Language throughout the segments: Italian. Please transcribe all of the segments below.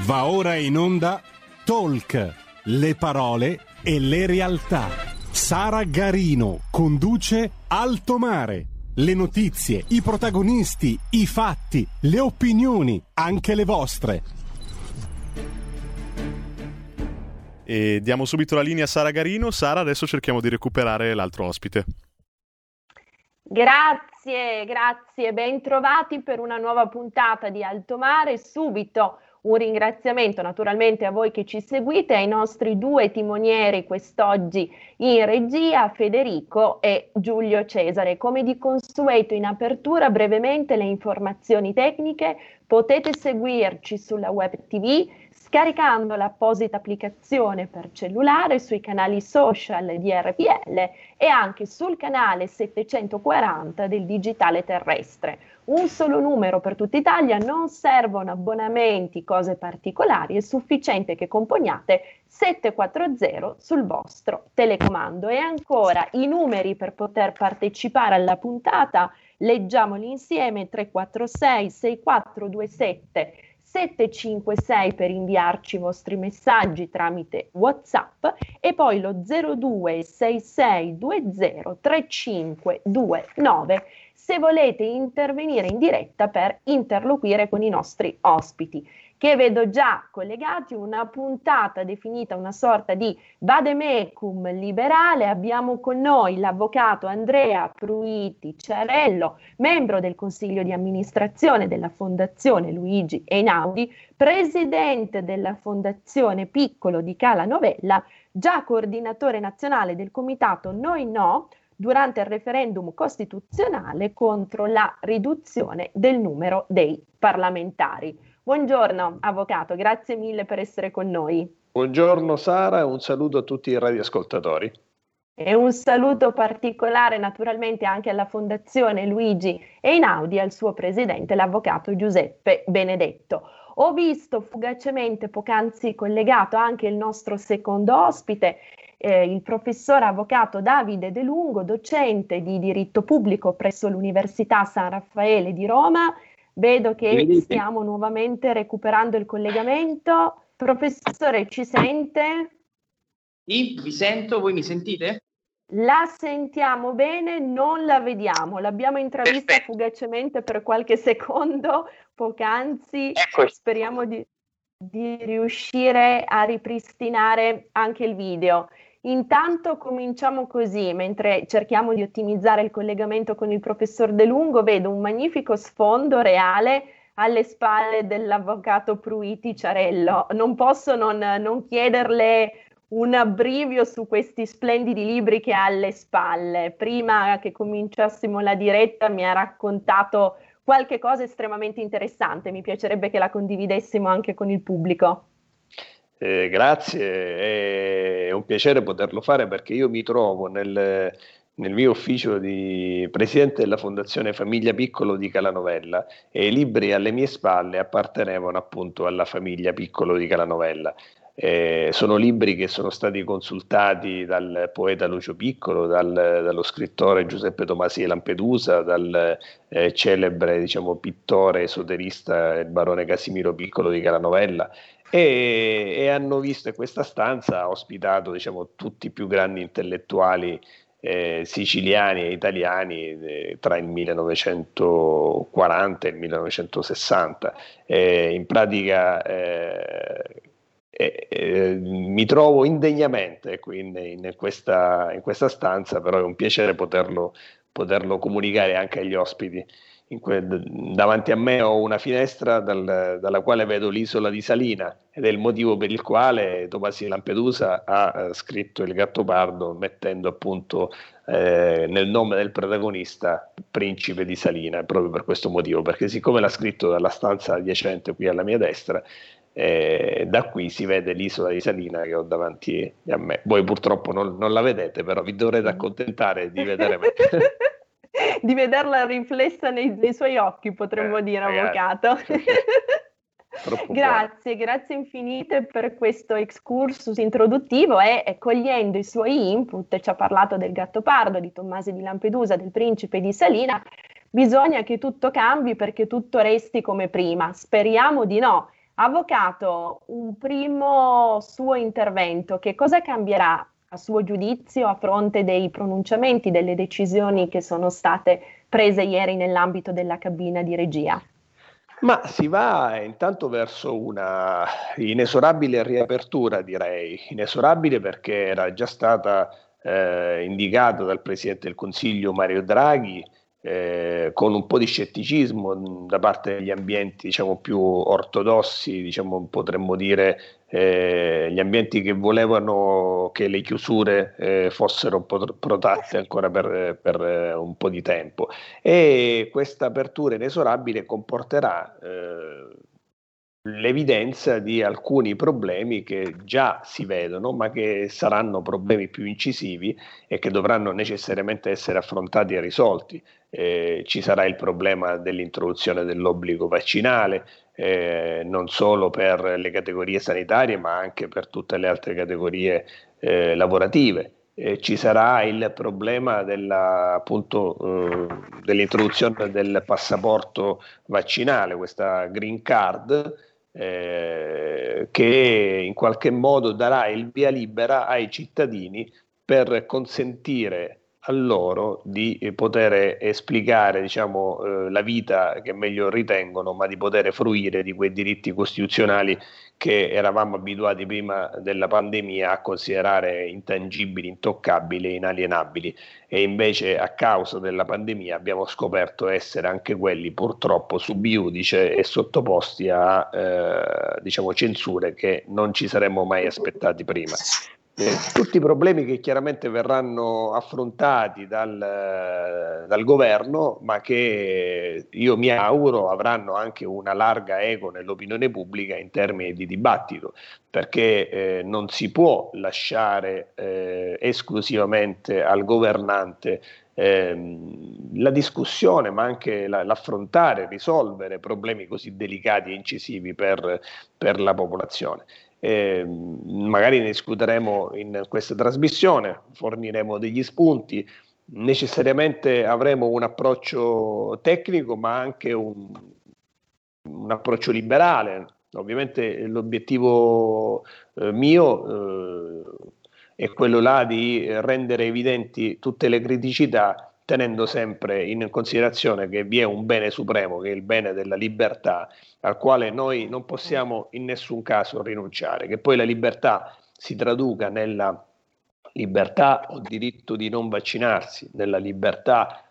Va ora in onda Talk, le parole e le realtà. Sara Garino conduce Alto Mare. Le notizie, i protagonisti, i fatti, le opinioni, anche le vostre. E diamo subito la linea a Sara Garino. Sara, adesso cerchiamo di recuperare l'altro ospite. Grazie, ben trovati per una nuova puntata di Alto Mare. Subito un ringraziamento naturalmente a voi che ci seguite, ai nostri due timonieri quest'oggi in regia, Federico e Giulio Cesare. Come di consueto in apertura, brevemente le informazioni tecniche. Potete seguirci sulla web TV scaricando l'apposita applicazione per cellulare sui canali social di RPL e anche sul canale 740 del digitale terrestre. Un solo numero per tutta Italia, non servono abbonamenti, cose particolari, è sufficiente che componiate 740 sul vostro telecomando. E ancora i numeri per poter partecipare alla puntata, leggiamoli insieme: 346 6427 756 per inviarci i vostri messaggi tramite WhatsApp e poi lo 026620 3529 se volete intervenire in diretta per interloquire con i nostri ospiti, che vedo già collegati. Una puntata definita una sorta di vademecum liberale. Abbiamo con noi l'avvocato Andrea Pruiti Ciarello, membro del consiglio di amministrazione della Fondazione Luigi Einaudi, presidente della Fondazione Piccolo di Cala Novella, già coordinatore nazionale del comitato Noi No durante il referendum costituzionale contro la riduzione del numero dei parlamentari. Buongiorno avvocato, grazie mille per essere con noi. Buongiorno Sara e un saluto a tutti i radioascoltatori. E un saluto particolare naturalmente anche alla Fondazione Luigi Einaudi e al suo presidente, l'avvocato Giuseppe Benedetto. Ho visto fugacemente poc'anzi collegato anche il nostro secondo ospite, il professor avvocato Davide De Lungo, docente di diritto pubblico presso l'Università San Raffaele di Roma. Vedo che stiamo nuovamente recuperando il collegamento. Professore, ci sente? Sì, vi sento, voi mi sentite? La sentiamo bene, non la vediamo. L'abbiamo intravista fugacemente per qualche secondo poc'anzi. Eccoci. Speriamo di riuscire a ripristinare anche il video. Intanto cominciamo così, mentre cerchiamo di ottimizzare il collegamento con il professor De Lungo. Vedo un magnifico sfondo reale alle spalle dell'avvocato Pruiti Ciarello. Non posso non chiederle un abbrivio su questi splendidi libri che ha alle spalle. Prima che cominciassimo la diretta mi ha raccontato qualche cosa estremamente interessante. Mi piacerebbe che la condividessimo anche con il pubblico. Grazie, è un piacere poterlo fare perché io mi trovo nel mio ufficio di presidente della Fondazione Famiglia Piccolo di Calanovella e i libri alle mie spalle appartenevano appunto alla famiglia Piccolo di Calanovella. Sono libri che sono stati consultati dal poeta Lucio Piccolo, dallo scrittore Giuseppe Tomasi di Lampedusa, dal celebre pittore esoterista il barone Casimiro Piccolo di Calanovella. E hanno visto, in questa stanza ha ospitato tutti i più grandi intellettuali siciliani e italiani tra il 1940 e il 1960. In pratica mi trovo indegnamente qui in questa stanza, però è un piacere poterlo comunicare anche agli ospiti. Davanti a me ho una finestra dalla quale vedo l'isola di Salina ed è il motivo per il quale Tomasi di Lampedusa ha scritto Il Gattopardo mettendo appunto nel nome del protagonista Principe di Salina, proprio per questo motivo, perché siccome l'ha scritto dalla stanza adiacente qui alla mia destra, da qui si vede l'isola di Salina che ho davanti a me. Voi purtroppo non la vedete, però vi dovrete accontentare di vedere me. Di vederla riflessa nei suoi occhi, potremmo dire, avvocato. Grazie infinite per questo excursus introduttivo e cogliendo i suoi input, ci ha parlato del Gattopardo, di Tomasi di Lampedusa, del Principe di Salina. Bisogna che tutto cambi perché tutto resti come prima. Speriamo di no. Avvocato, un primo suo intervento, che cosa cambierà a suo giudizio a fronte dei pronunciamenti, delle decisioni che sono state prese ieri nell'ambito della cabina di regia? Ma si va intanto verso una inesorabile riapertura, direi, inesorabile perché era già stata indicato dal Presidente del Consiglio Mario Draghi, con un po' di scetticismo da parte degli ambienti, diciamo, più ortodossi, diciamo, potremmo dire gli ambienti che volevano che le chiusure fossero protratte ancora per un po' di tempo. E questa apertura inesorabile comporterà l'evidenza di alcuni problemi che già si vedono, ma che saranno problemi più incisivi e che dovranno necessariamente essere affrontati e risolti. Ci sarà il problema dell'introduzione dell'obbligo vaccinale, non solo per le categorie sanitarie, ma anche per tutte le altre categorie lavorative. Ci sarà il problema dell'introduzione del passaporto vaccinale, questa green card, che in qualche modo darà il via libera ai cittadini per consentire a loro di poter esplicare, diciamo, la vita che meglio ritengono, ma di poter fruire di quei diritti costituzionali che eravamo abituati prima della pandemia a considerare intangibili, intoccabili e inalienabili, e invece a causa della pandemia abbiamo scoperto essere anche quelli purtroppo sub iudice e sottoposti a diciamo censure che non ci saremmo mai aspettati prima. Tutti i problemi che chiaramente verranno affrontati dal governo, ma che io mi auguro avranno anche una larga eco nell'opinione pubblica in termini di dibattito, perché non si può lasciare esclusivamente al governante la discussione, ma anche l'affrontare, risolvere problemi così delicati e incisivi per la popolazione. Magari ne discuteremo in questa trasmissione, forniremo degli spunti, necessariamente avremo un approccio tecnico ma anche un approccio liberale. Ovviamente l'obiettivo mio è quello là di rendere evidenti tutte le criticità, tenendo sempre in considerazione che vi è un bene supremo, che è il bene della libertà, al quale noi non possiamo in nessun caso rinunciare. Che poi la libertà si traduca nella libertà o diritto di non vaccinarsi, nella libertà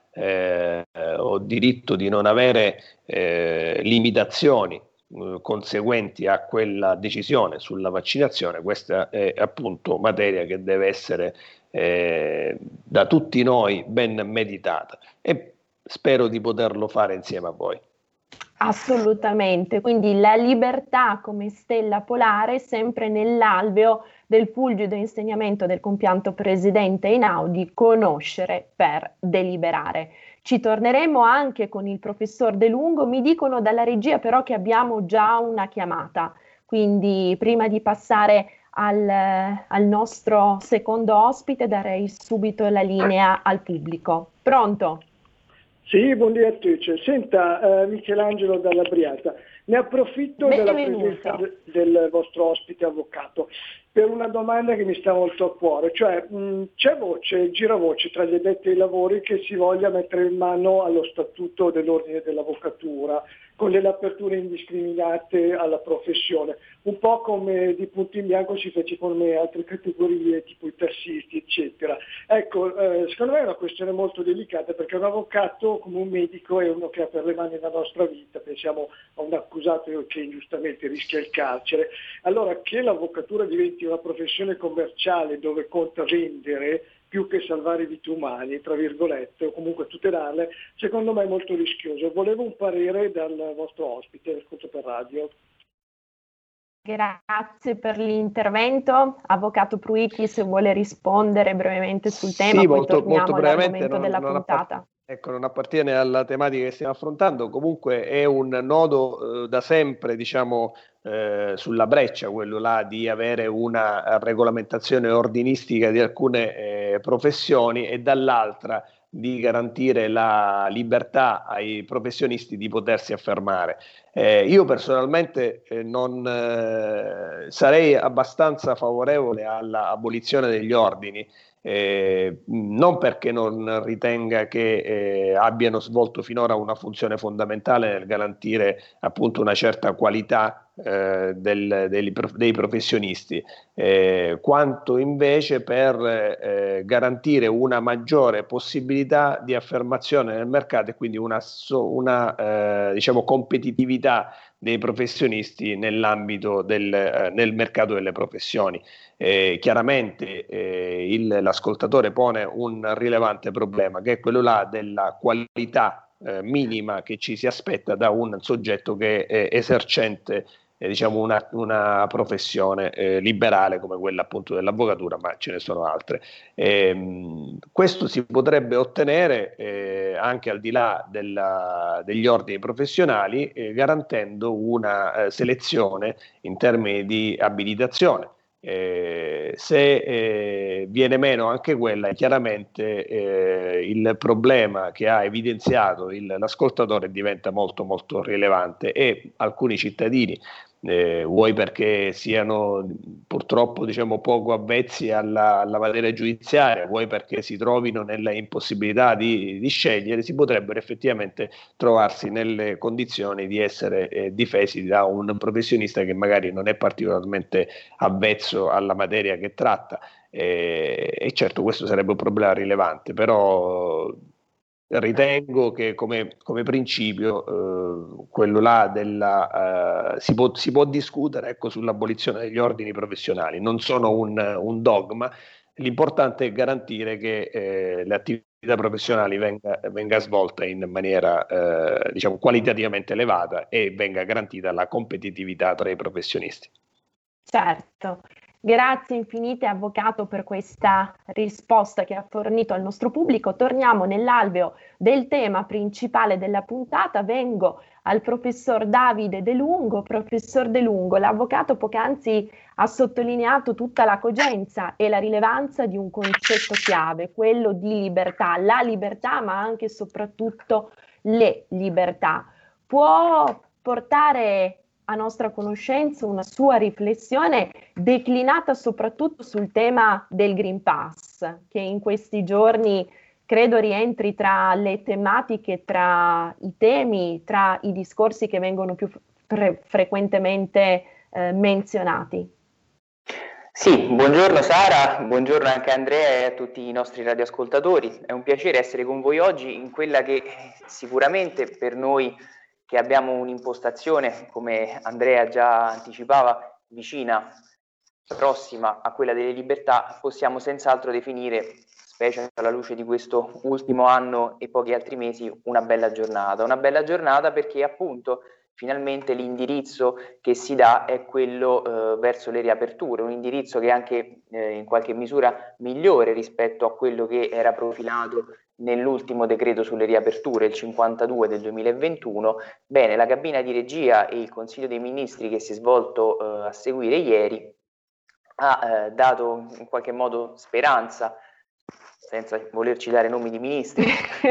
o diritto di non avere limitazioni conseguenti a quella decisione sulla vaccinazione, questa è appunto materia che deve essere da tutti noi ben meditata, e spero di poterlo fare insieme a voi. Assolutamente, quindi la libertà come stella polare sempre nell'alveo del fulgido insegnamento del compianto presidente Einaudi: conoscere per deliberare. Ci torneremo anche con il professor De Lungo. Mi dicono dalla regia però che abbiamo già una chiamata, quindi prima di passare al nostro secondo ospite darei subito la linea al pubblico. Pronto? Sì, buongiorno a tutti. Senta, Michelangelo dalla Briata, ne approfitto della presenza del vostro ospite avvocato per una domanda che mi sta molto a cuore, cioè c'è giravoce tra gli addetti ai lavori che si voglia mettere in mano allo statuto dell'ordine dell'avvocatura con delle aperture indiscriminate alla professione, un po' come di punto in bianco si fece con le altre categorie tipo i tassisti eccetera. Ecco, secondo me è una questione molto delicata, perché un avvocato come un medico è uno che ha per le mani la nostra vita, pensiamo a un accusato che ingiustamente rischia il carcere. Allora, che l'avvocatura diventi una professione commerciale dove conta vendere più che salvare vite umane, tra virgolette, o comunque tutelarle, secondo me è molto rischioso. Volevo un parere dal vostro ospite, ascolto per radio. Grazie per l'intervento. Avvocato Pruiti, se vuole rispondere brevemente sul tema, sì, poi molto brevemente, all'argomento della puntata. Non appartiene alla tematica che stiamo affrontando, comunque è un nodo da sempre, diciamo, sulla breccia, quello là di avere una regolamentazione ordinistica di alcune professioni, e dall'altra di garantire la libertà ai professionisti di potersi affermare. Io personalmente non sarei abbastanza favorevole all'abolizione degli ordini, non perché non ritenga che abbiano svolto finora una funzione fondamentale nel garantire appunto una certa qualità dei professionisti, quanto invece per garantire una maggiore possibilità di affermazione nel mercato e quindi una diciamo competitività dei professionisti nell'ambito nel mercato delle professioni. Chiaramente l'ascoltatore pone un rilevante problema, che è quello là della qualità minima che ci si aspetta da un soggetto che è esercente diciamo una professione liberale come quella appunto dell'avvocatura, ma ce ne sono altre. Questo si potrebbe ottenere anche al di là degli ordini professionali, garantendo una selezione in termini di abilitazione. Se viene meno anche quella, chiaramente il problema che ha evidenziato l'ascoltatore diventa molto molto rilevante, e alcuni cittadini, vuoi perché siano purtroppo diciamo poco avvezzi alla materia giudiziaria, vuoi perché si trovino nella impossibilità di scegliere, si potrebbero effettivamente trovarsi nelle condizioni di essere difesi da un professionista che magari non è particolarmente avvezzo alla materia che tratta, e certo questo sarebbe un problema rilevante, però ritengo che come principio quello là si può discutere, ecco, sull'abolizione degli ordini professionali. Non sono un dogma, l'importante è garantire che le attività professionali venga svolta in maniera diciamo qualitativamente elevata e venga garantita la competitività tra i professionisti. Certo. Grazie infinite Avvocato per questa risposta che ha fornito al nostro pubblico. Torniamo nell'alveo del tema principale della puntata. Vengo al professor Davide De Lungo. Professor De Lungo, l'avvocato poc'anzi ha sottolineato tutta la cogenza e la rilevanza di un concetto chiave, quello di libertà, la libertà ma anche e soprattutto le libertà. Può portare a nostra conoscenza una sua riflessione declinata soprattutto sul tema del Green Pass, che in questi giorni credo rientri tra le tematiche, tra i temi, tra i discorsi che vengono più frequentemente menzionati. Sì, buongiorno Sara, buongiorno anche a Andrea e a tutti i nostri radioascoltatori. È un piacere essere con voi oggi in quella che sicuramente per noi che abbiamo un'impostazione, come Andrea già anticipava, vicina, prossima a quella delle libertà, possiamo senz'altro definire, specie alla luce di questo ultimo anno e pochi altri mesi, una bella giornata perché appunto finalmente l'indirizzo che si dà è quello verso le riaperture, un indirizzo che è anche in qualche misura migliore rispetto a quello che era profilato nell'ultimo decreto sulle riaperture, il 52 del 2021. Bene, la cabina di regia e il Consiglio dei Ministri che si è svolto a seguire ieri ha dato in qualche modo speranza, senza volerci dare nomi di ministri,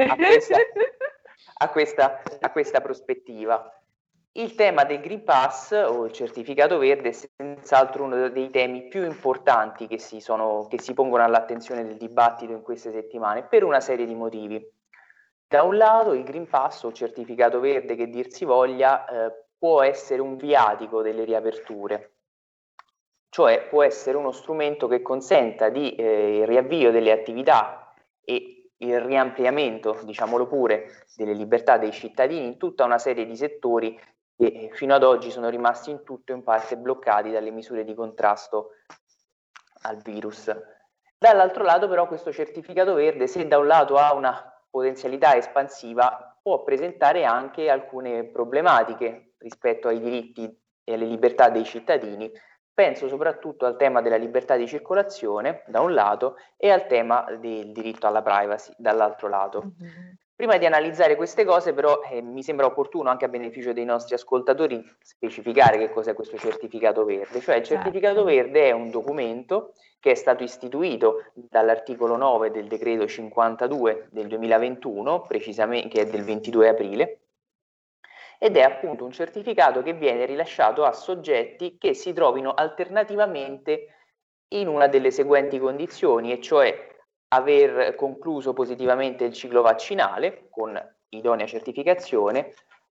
a questa prospettiva. Il tema del Green Pass o il certificato verde è senz'altro uno dei temi più importanti che si pongono all'attenzione del dibattito in queste settimane per una serie di motivi. Da un lato il Green Pass o certificato verde, che dir si voglia, può essere un viatico delle riaperture, cioè può essere uno strumento che consenta di il riavvio delle attività e il riampliamento, diciamolo pure, delle libertà dei cittadini in tutta una serie di settori che fino ad oggi sono rimasti in tutto o in parte bloccati dalle misure di contrasto al virus. Dall'altro lato però questo certificato verde, se da un lato ha una potenzialità espansiva, può presentare anche alcune problematiche rispetto ai diritti e alle libertà dei cittadini. Penso soprattutto al tema della libertà di circolazione da un lato e al tema del diritto alla privacy dall'altro lato. Prima di analizzare queste cose però mi sembra opportuno, anche a beneficio dei nostri ascoltatori, specificare che cos'è questo certificato verde. Cioè il certificato verde è un documento che è stato istituito dall'articolo 9 del decreto 52 del 2021, precisamente, che è del 22 aprile, ed è appunto un certificato che viene rilasciato a soggetti che si trovino alternativamente in una delle seguenti condizioni, e cioè aver concluso positivamente il ciclo vaccinale con idonea certificazione,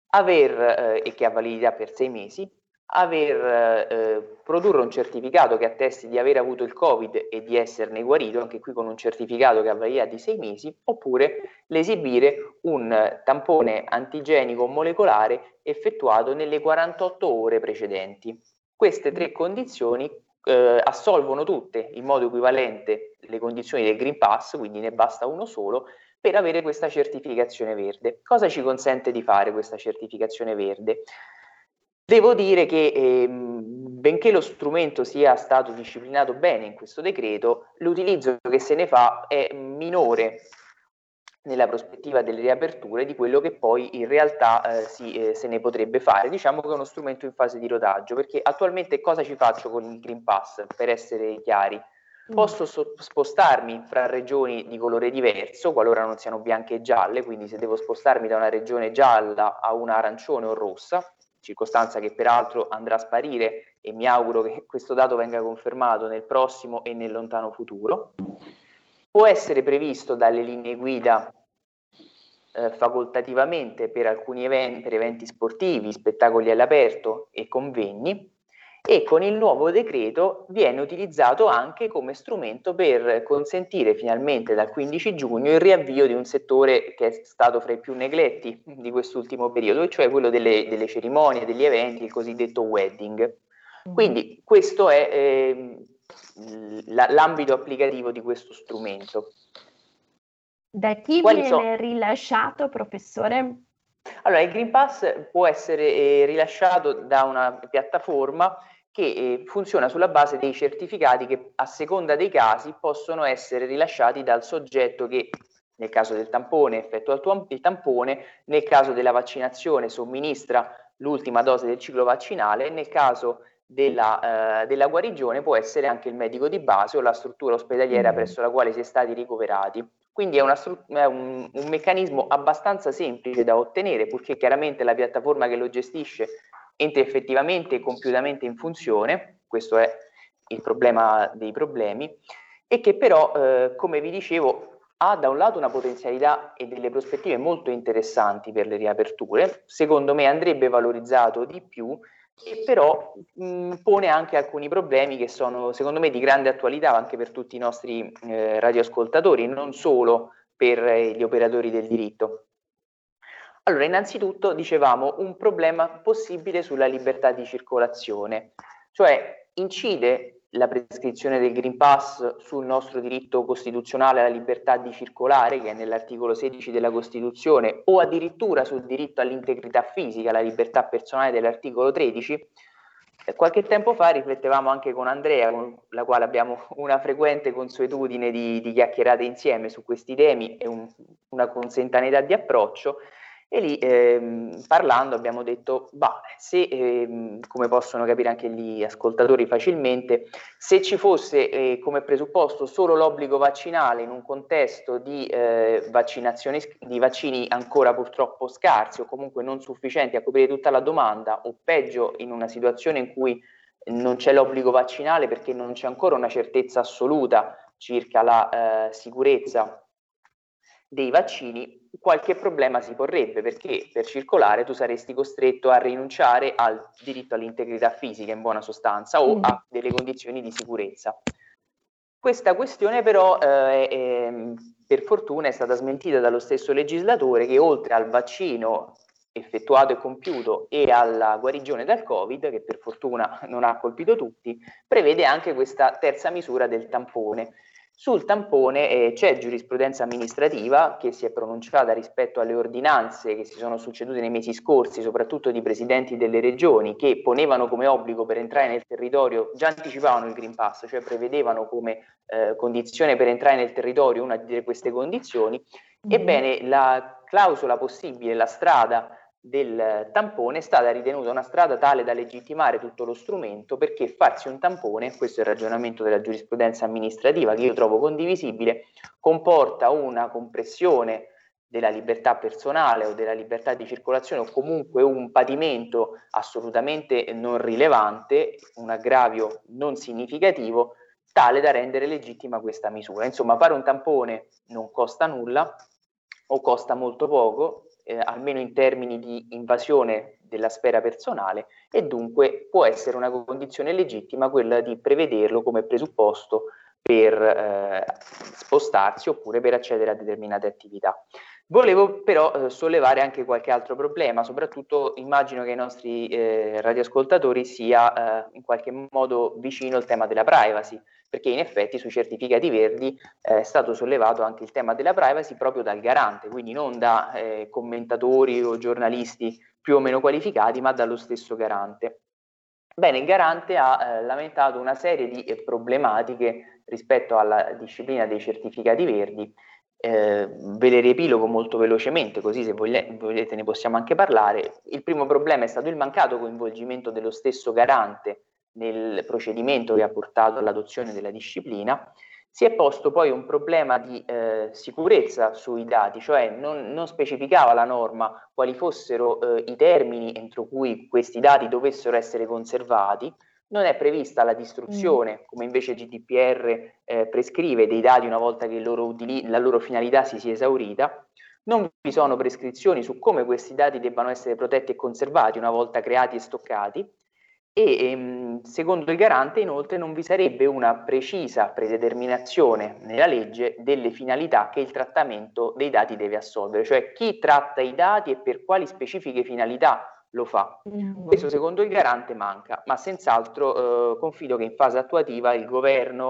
e che ha validità per 6 mesi, produrre un certificato che attesti di aver avuto il Covid e di esserne guarito, anche qui con un certificato che ha validità di 6 mesi, oppure l'esibire un tampone antigenico molecolare effettuato nelle 48 ore precedenti. Queste 3 condizioni assolvono tutte in modo equivalente le condizioni del Green Pass, quindi ne basta uno solo, per avere questa certificazione verde. Cosa ci consente di fare questa certificazione verde? Devo dire che benché lo strumento sia stato disciplinato bene in questo decreto, l'utilizzo che se ne fa è minore nella prospettiva delle riaperture di quello che poi in realtà se ne potrebbe fare. Diciamo che è uno strumento in fase di rodaggio, perché attualmente cosa ci faccio con il Green Pass, per essere chiari? Posso spostarmi fra regioni di colore diverso, qualora non siano bianche e gialle, quindi se devo spostarmi da una regione gialla a una arancione o rossa, circostanza che peraltro andrà a sparire e mi auguro che questo dato venga confermato nel prossimo e nel lontano futuro. Può essere previsto dalle linee guida facoltativamente per alcuni eventi sportivi, spettacoli all'aperto e convegni, e con il nuovo decreto viene utilizzato anche come strumento per consentire finalmente dal 15 giugno il riavvio di un settore che è stato fra i più negletti di quest'ultimo periodo, cioè quello delle cerimonie, degli eventi, il cosiddetto wedding. Quindi questo è l'ambito applicativo di questo strumento. Da chi viene rilasciato, professore? Allora, il Green Pass può essere rilasciato da una piattaforma che funziona sulla base dei certificati che a seconda dei casi possono essere rilasciati dal soggetto che, nel caso del tampone, effettua il tampone, nel caso della vaccinazione somministra l'ultima dose del ciclo vaccinale, e nel caso della guarigione può essere anche il medico di base o la struttura ospedaliera presso la quale si è stati ricoverati. Quindi è un meccanismo abbastanza semplice da ottenere, purché chiaramente la piattaforma che lo gestisce entri effettivamente e compiutamente in funzione. Questo è il problema dei problemi, e che però, come vi dicevo, ha da un lato una potenzialità e delle prospettive molto interessanti per le riaperture. Secondo me andrebbe valorizzato di più, e però pone anche alcuni problemi che sono secondo me di grande attualità anche per tutti i nostri radioascoltatori, non solo per gli operatori del diritto. Allora, innanzitutto dicevamo un problema possibile sulla libertà di circolazione, cioè incide la prescrizione del Green Pass sul nostro diritto costituzionale alla libertà di circolare, che è nell'articolo 16 della Costituzione, o addirittura sul diritto all'integrità fisica, la libertà personale dell'articolo 13. Qualche tempo fa riflettevamo anche con Andrea, con la quale abbiamo una frequente consuetudine di chiacchierate insieme su questi temi e una consentanità di approccio. E lì parlando abbiamo detto, se come possono capire anche gli ascoltatori facilmente, se ci fosse come presupposto solo l'obbligo vaccinale in un contesto di vaccini ancora purtroppo scarsi o comunque non sufficienti a coprire tutta la domanda, o peggio in una situazione in cui non c'è l'obbligo vaccinale perché non c'è ancora una certezza assoluta circa la sicurezza dei vaccini, qualche problema si porrebbe, perché per circolare tu saresti costretto a rinunciare al diritto all'integrità fisica, in buona sostanza, o a delle condizioni di sicurezza. Questa questione però per fortuna è stata smentita dallo stesso legislatore, che oltre al vaccino effettuato e compiuto e alla guarigione dal Covid, che per fortuna non ha colpito tutti, prevede anche questa terza misura del tampone. Sul tampone c'è giurisprudenza amministrativa che si è pronunciata rispetto alle ordinanze che si sono succedute nei mesi scorsi, soprattutto di presidenti delle regioni, che ponevano come obbligo per entrare nel territorio, già anticipavano il Green Pass, cioè prevedevano come condizione per entrare nel territorio una di queste condizioni. Ebbene, la clausola possibile, la strada del tampone è stata ritenuta una strada tale da legittimare tutto lo strumento, perché farsi un tampone, questo è il ragionamento della giurisprudenza amministrativa che io trovo condivisibile, comporta una compressione della libertà personale o della libertà di circolazione, o comunque un patimento assolutamente non rilevante, un aggravio non significativo, tale da rendere legittima questa misura. Insomma, fare un tampone non costa nulla o costa molto poco, almeno in termini di invasione della sfera personale, e dunque può essere una condizione legittima quella di prevederlo come presupposto per spostarsi oppure per accedere a determinate attività. Volevo però sollevare anche qualche altro problema, soprattutto immagino che ai nostri radioascoltatori sia in qualche modo vicino il tema della privacy, perché in effetti sui certificati verdi è stato sollevato anche il tema della privacy proprio dal garante, quindi non da commentatori o giornalisti più o meno qualificati, ma dallo stesso garante. Bene, il garante ha lamentato una serie di problematiche rispetto alla disciplina dei certificati verdi. Ve le riepilogo molto velocemente, così se volete ne possiamo anche parlare. Il primo problema è stato il mancato coinvolgimento dello stesso garante nel procedimento che ha portato all'adozione della disciplina. Si è posto poi un problema di sicurezza sui dati, cioè non specificava la norma quali fossero i termini entro cui questi dati dovessero essere conservati. Non è prevista la distruzione, come invece GDPR prescrive, dei dati una volta che la loro finalità si sia esaurita. Non vi sono prescrizioni su come questi dati debbano essere protetti e conservati una volta creati e stoccati. E secondo il garante inoltre non vi sarebbe una precisa predeterminazione nella legge delle finalità che il trattamento dei dati deve assolvere, cioè chi tratta i dati e per quali specifiche finalità lo fa. Questo secondo il garante manca, ma senz'altro confido che in fase attuativa il governo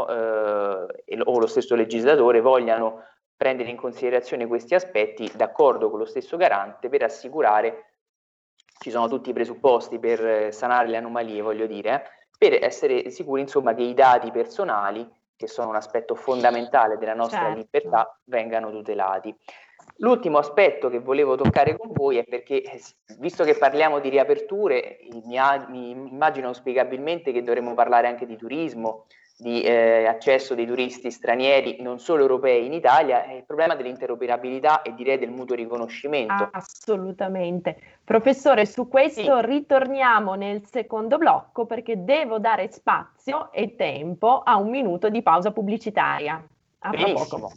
o lo stesso legislatore vogliano prendere in considerazione questi aspetti, d'accordo con lo stesso garante, per assicurare, ci sono tutti i presupposti per sanare le anomalie, voglio dire, per essere sicuri insomma che i dati personali, che sono un aspetto fondamentale della nostra libertà, vengano tutelati. L'ultimo aspetto che volevo toccare con voi è perché, visto che parliamo di riaperture, mi immagino auspicabilmente che dovremmo parlare anche di turismo, di accesso dei turisti stranieri, non solo europei, in Italia, è il problema dell'interoperabilità e direi del mutuo riconoscimento. Assolutamente. Professore, su questo ritorniamo nel secondo blocco, perché devo dare spazio e tempo a un minuto di pausa pubblicitaria. A tra poco.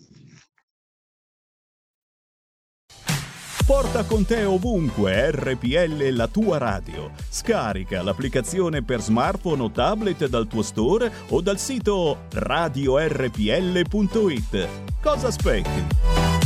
Porta con te ovunque RPL, la tua radio. Scarica l'applicazione per smartphone o tablet dal tuo store o dal sito radiorpl.it. Cosa aspetti?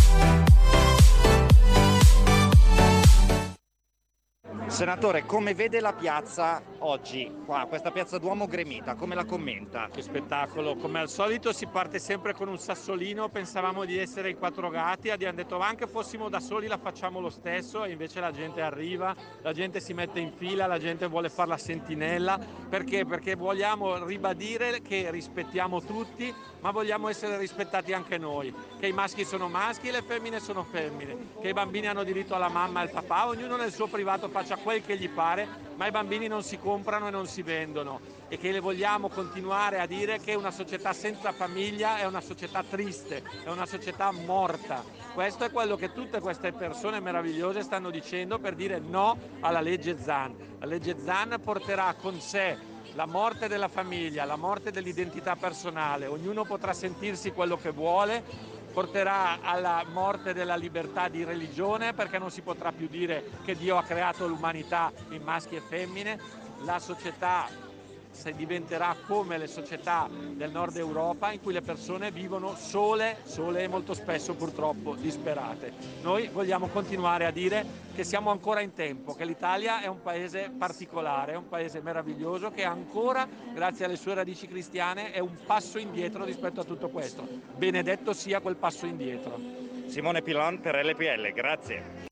Senatore, come vede la piazza oggi, qua, questa piazza Duomo gremita, come la commenta? Che spettacolo, come al solito si parte sempre con un sassolino, pensavamo di essere i quattro gatti, abbiamo detto ma anche fossimo da soli la facciamo lo stesso, e invece la gente arriva, la gente si mette in fila, la gente vuole fare la sentinella, perché? Perché vogliamo ribadire che rispettiamo tutti, ma vogliamo essere rispettati anche noi, che i maschi sono maschi e le femmine sono femmine, che i bambini hanno diritto alla mamma e al papà, ognuno nel suo privato faccia quel che gli pare, ma i bambini non si comprano e non si vendono, e che le vogliamo continuare a dire che una società senza famiglia è una società triste, è una società morta. Questo è quello che tutte queste persone meravigliose stanno dicendo per dire no alla legge Zan. La legge Zan porterà con sé la morte della famiglia, la morte dell'identità personale, ognuno potrà sentirsi quello che vuole, porterà alla morte della libertà di religione, perché non si potrà più dire che Dio ha creato l'umanità in maschi e femmine. La società diventerà come le società del nord Europa, in cui le persone vivono sole e molto spesso purtroppo disperate. Noi vogliamo continuare a dire che siamo ancora in tempo, che l'Italia è un paese particolare, è un paese meraviglioso, che ancora, grazie alle sue radici cristiane, è un passo indietro rispetto a tutto questo. Benedetto sia quel passo indietro. Simone Pilon per LPL, grazie.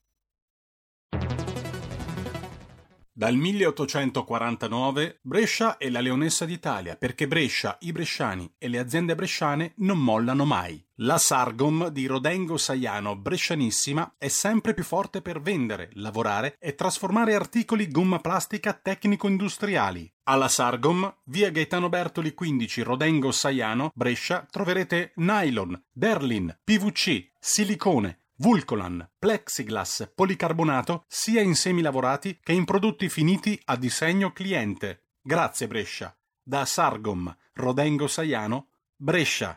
Dal 1849 Brescia è la leonessa d'Italia, perché Brescia, i bresciani e le aziende bresciane non mollano mai. La Sargom di Rodengo Saiano Brescianissima è sempre più forte per vendere, lavorare e trasformare articoli gomma plastica tecnico-industriali. Alla Sargom, via Gaetano Bertoli 15 Rodengo Saiano, Brescia, troverete nylon, derlin, PVC, silicone, Vulcolan, plexiglass, policarbonato, sia in semi lavorati che in prodotti finiti a disegno cliente. Grazie Brescia. Da Sargom, Rodengo Saiano, Brescia.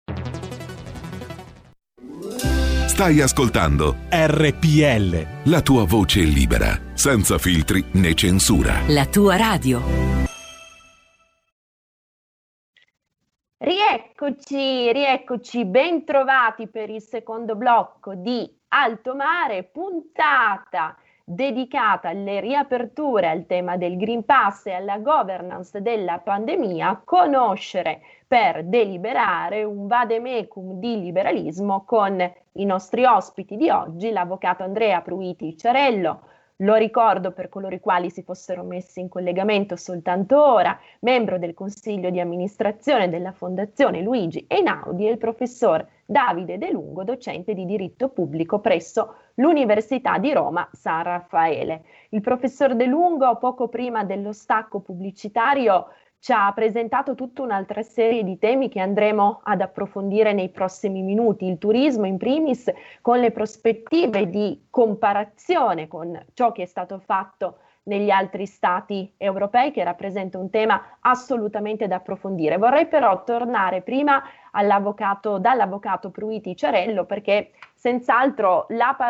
Stai ascoltando RPL. La tua voce libera, senza filtri né censura. La tua radio. Rieccoci, ben trovati per il secondo blocco di Alto Mare, puntata dedicata alle riaperture, al tema del Green Pass e alla governance della pandemia, conoscere per deliberare, un vademecum di liberalismo con i nostri ospiti di oggi, l'avvocato Andrea Pruiti Ciarello. Lo ricordo per coloro i quali si fossero messi in collegamento soltanto ora, membro del Consiglio di amministrazione della Fondazione Luigi Einaudi, e il professor Davide De Lungo, docente di diritto pubblico presso l'Università di Roma San Raffaele. Il professor De Lungo, poco prima dello stacco pubblicitario, ci ha presentato tutta un'altra serie di temi che andremo ad approfondire nei prossimi minuti. Il turismo in primis, con le prospettive di comparazione con ciò che è stato fatto negli altri stati europei, che rappresenta un tema assolutamente da approfondire. Vorrei però tornare prima dall'avvocato Pruiti Ciarello, perché senz'altro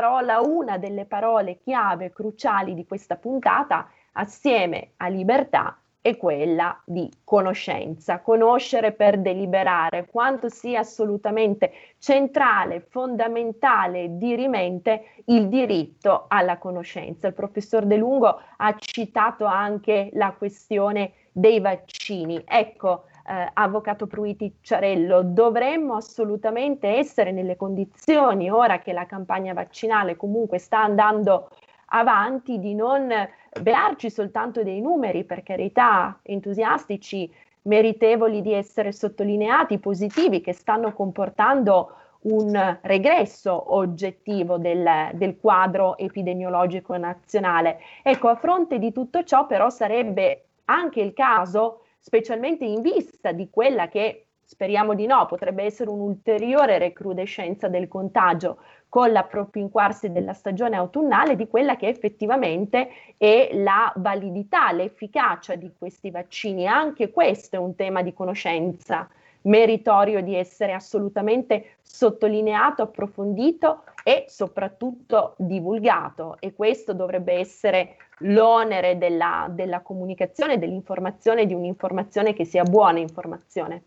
una delle parole chiave cruciali di questa puntata, assieme a libertà, è quella di conoscenza, conoscere per deliberare, quanto sia assolutamente centrale, fondamentale, dirimente il diritto alla conoscenza. Il professor De Lungo ha citato anche la questione dei vaccini. Ecco, avvocato Pruiti Ciarello, dovremmo assolutamente essere nelle condizioni, ora che la campagna vaccinale comunque sta andando avanti, di non bearci soltanto dei numeri, per carità, entusiastici, meritevoli di essere sottolineati, positivi, che stanno comportando un regresso oggettivo del quadro epidemiologico nazionale. Ecco, a fronte di tutto ciò però sarebbe anche il caso, specialmente in vista di quella che, speriamo di no, potrebbe essere un'ulteriore recrudescenza del contagio con l'appropinquarsi della stagione autunnale, di quella che effettivamente è la validità, l'efficacia di questi vaccini. Anche questo è un tema di conoscenza meritorio di essere assolutamente sottolineato, approfondito e soprattutto divulgato, e questo dovrebbe essere l'onere della comunicazione, dell'informazione, di un'informazione che sia buona informazione.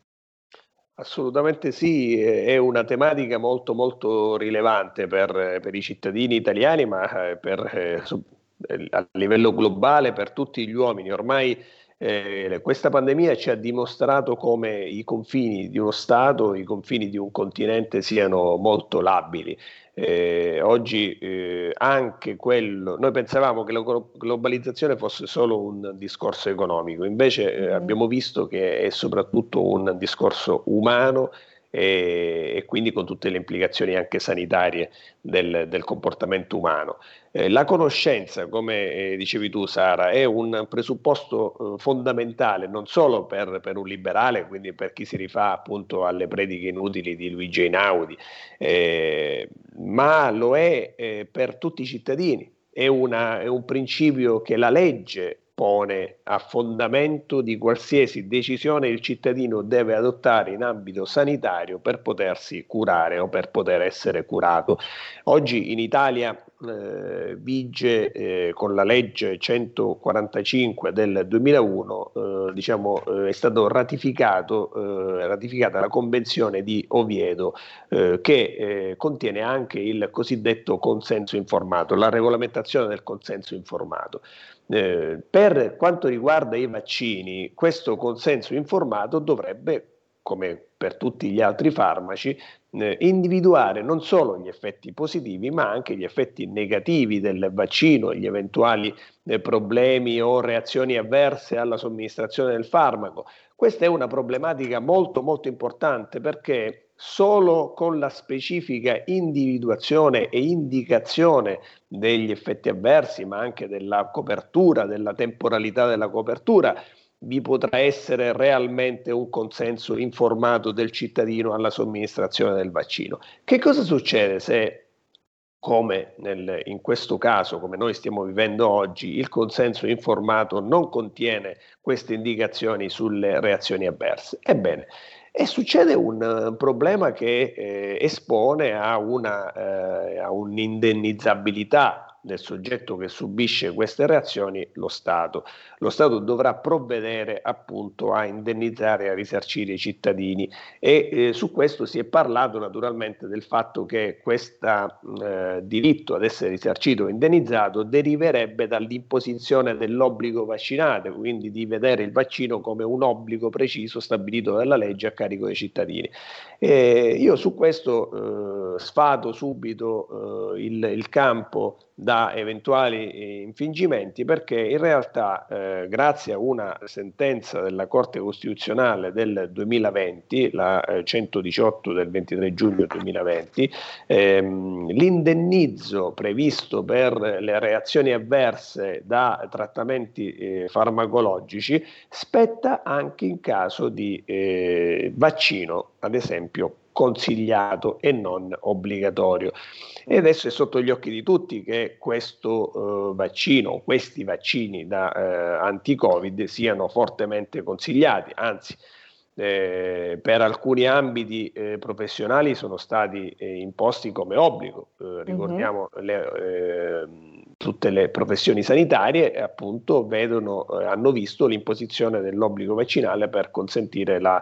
Assolutamente sì, è una tematica molto molto rilevante per i cittadini italiani, ma a livello globale per tutti gli uomini. Ormai questa pandemia ci ha dimostrato come i confini di uno Stato, i confini di un continente siano molto labili. Oggi anche noi pensavamo che la globalizzazione fosse solo un discorso economico, invece abbiamo visto che è soprattutto un discorso umano e quindi con tutte le implicazioni anche sanitarie del comportamento umano. La conoscenza, come dicevi tu Sara, è un presupposto fondamentale non solo per un liberale, quindi per chi si rifà appunto alle prediche inutili di Luigi Einaudi, ma lo è per tutti i cittadini. È un principio che la legge pone a fondamento di qualsiasi decisione il cittadino deve adottare in ambito sanitario per potersi curare o per poter essere curato. Oggi in Italia vige con la legge 145 del 2001 è stato ratificata la Convenzione di Oviedo che contiene anche il cosiddetto consenso informato, la regolamentazione del consenso informato. Per quanto riguarda i vaccini, questo consenso informato dovrebbe, come per tutti gli altri farmaci, individuare non solo gli effetti positivi ma anche gli effetti negativi del vaccino, gli eventuali problemi o reazioni avverse alla somministrazione del farmaco. Questa è una problematica molto molto importante, perché solo con la specifica individuazione e indicazione degli effetti avversi, ma anche della copertura, della temporalità della copertura, vi potrà essere realmente un consenso informato del cittadino alla somministrazione del vaccino. Che cosa succede se come in questo caso, come noi stiamo vivendo oggi, il consenso informato non contiene queste indicazioni sulle reazioni avverse. Ebbene, e succede un problema che espone a un'indennizzabilità del soggetto che subisce queste reazioni, lo Stato. Lo Stato dovrà provvedere appunto a indennizzare e a risarcire i cittadini e su questo si è parlato naturalmente del fatto che questo diritto ad essere risarcito o indennizzato deriverebbe dall'imposizione dell'obbligo vaccinale, quindi di vedere il vaccino come un obbligo preciso stabilito dalla legge a carico dei cittadini. Io su questo sfato subito il campo da eventuali infingimenti, perché in realtà grazie a una sentenza della Corte Costituzionale del 2020, la 118 del 23 giugno 2020, l'indennizzo previsto per le reazioni avverse da trattamenti farmacologici spetta anche in caso di vaccino, ad esempio consigliato e non obbligatorio. E adesso è sotto gli occhi di tutti che questo vaccino, questi vaccini da anti-Covid siano fortemente consigliati, anzi per alcuni ambiti professionali sono stati imposti come obbligo. Ricordiamo tutte le professioni sanitarie appunto hanno visto l'imposizione dell'obbligo vaccinale per consentire la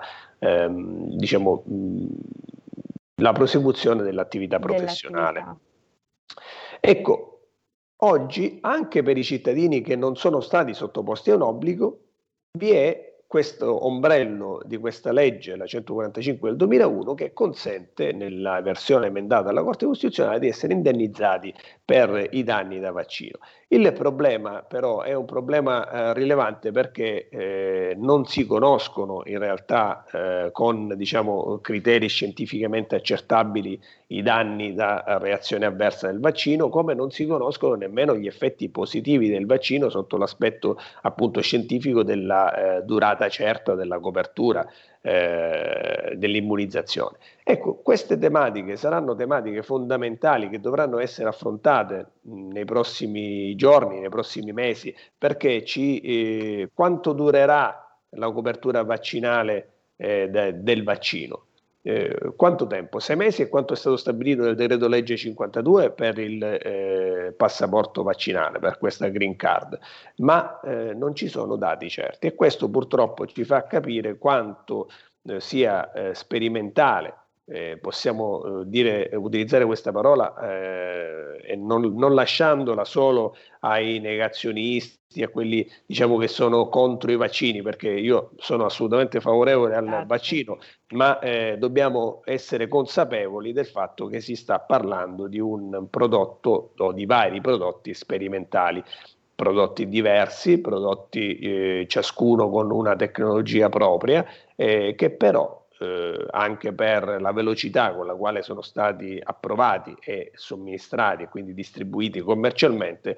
prosecuzione dell'attività professionale. Ecco, oggi anche per i cittadini che non sono stati sottoposti a un obbligo vi è questo ombrello di questa legge, la 145 del 2001, che consente nella versione emendata dalla Corte Costituzionale di essere indennizzati per i danni da vaccino. Il problema però è un problema rilevante perché non si conoscono in realtà con criteri scientificamente accertabili i danni da reazione avversa del vaccino, come non si conoscono nemmeno gli effetti positivi del vaccino sotto l'aspetto appunto scientifico della durata certa della copertura dell'immunizzazione. Ecco, queste tematiche saranno tematiche fondamentali che dovranno essere affrontate nei prossimi giorni, nei prossimi mesi, perché quanto durerà la copertura vaccinale del vaccino? Quanto tempo? 6 mesi è quanto è stato stabilito nel decreto legge 52 per il passaporto vaccinale, per questa green card, ma non ci sono dati certi e questo purtroppo ci fa capire quanto sia sperimentale, possiamo utilizzare questa parola e non lasciandola solo ai negazionisti, a quelli che sono contro i vaccini, perché io sono assolutamente favorevole al vaccino, ma dobbiamo essere consapevoli del fatto che si sta parlando di un prodotto o di vari prodotti sperimentali, prodotti diversi, prodotti ciascuno con una tecnologia propria, che però anche per la velocità con la quale sono stati approvati e somministrati e quindi distribuiti commercialmente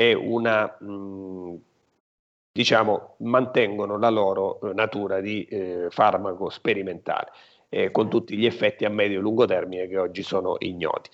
mantengono la loro natura di farmaco sperimentale, con tutti gli effetti a medio e lungo termine che oggi sono ignoti.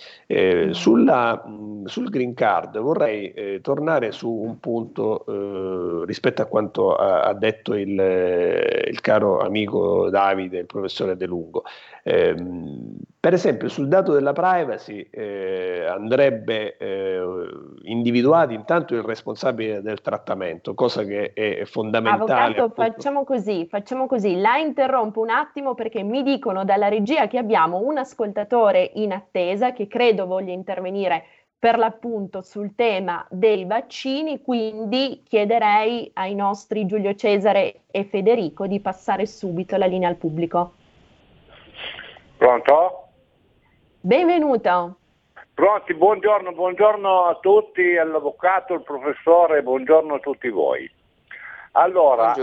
Sul green card vorrei tornare su un punto rispetto a quanto ha detto il caro amico Davide, il professore De Lungo. Per esempio sul dato della privacy andrebbe individuato intanto il responsabile del trattamento, cosa che è fondamentale. Avvocato, facciamo così, la interrompo un attimo perché mi dicono dalla regia che abbiamo un ascoltatore in attesa che credo voglia intervenire per l'appunto sul tema dei vaccini, quindi chiederei ai nostri Giulio Cesare e Federico di passare subito la linea al pubblico. Pronto? Benvenuto. Pronti, buongiorno a tutti, all'avvocato, al professore, buongiorno a tutti voi. Allora,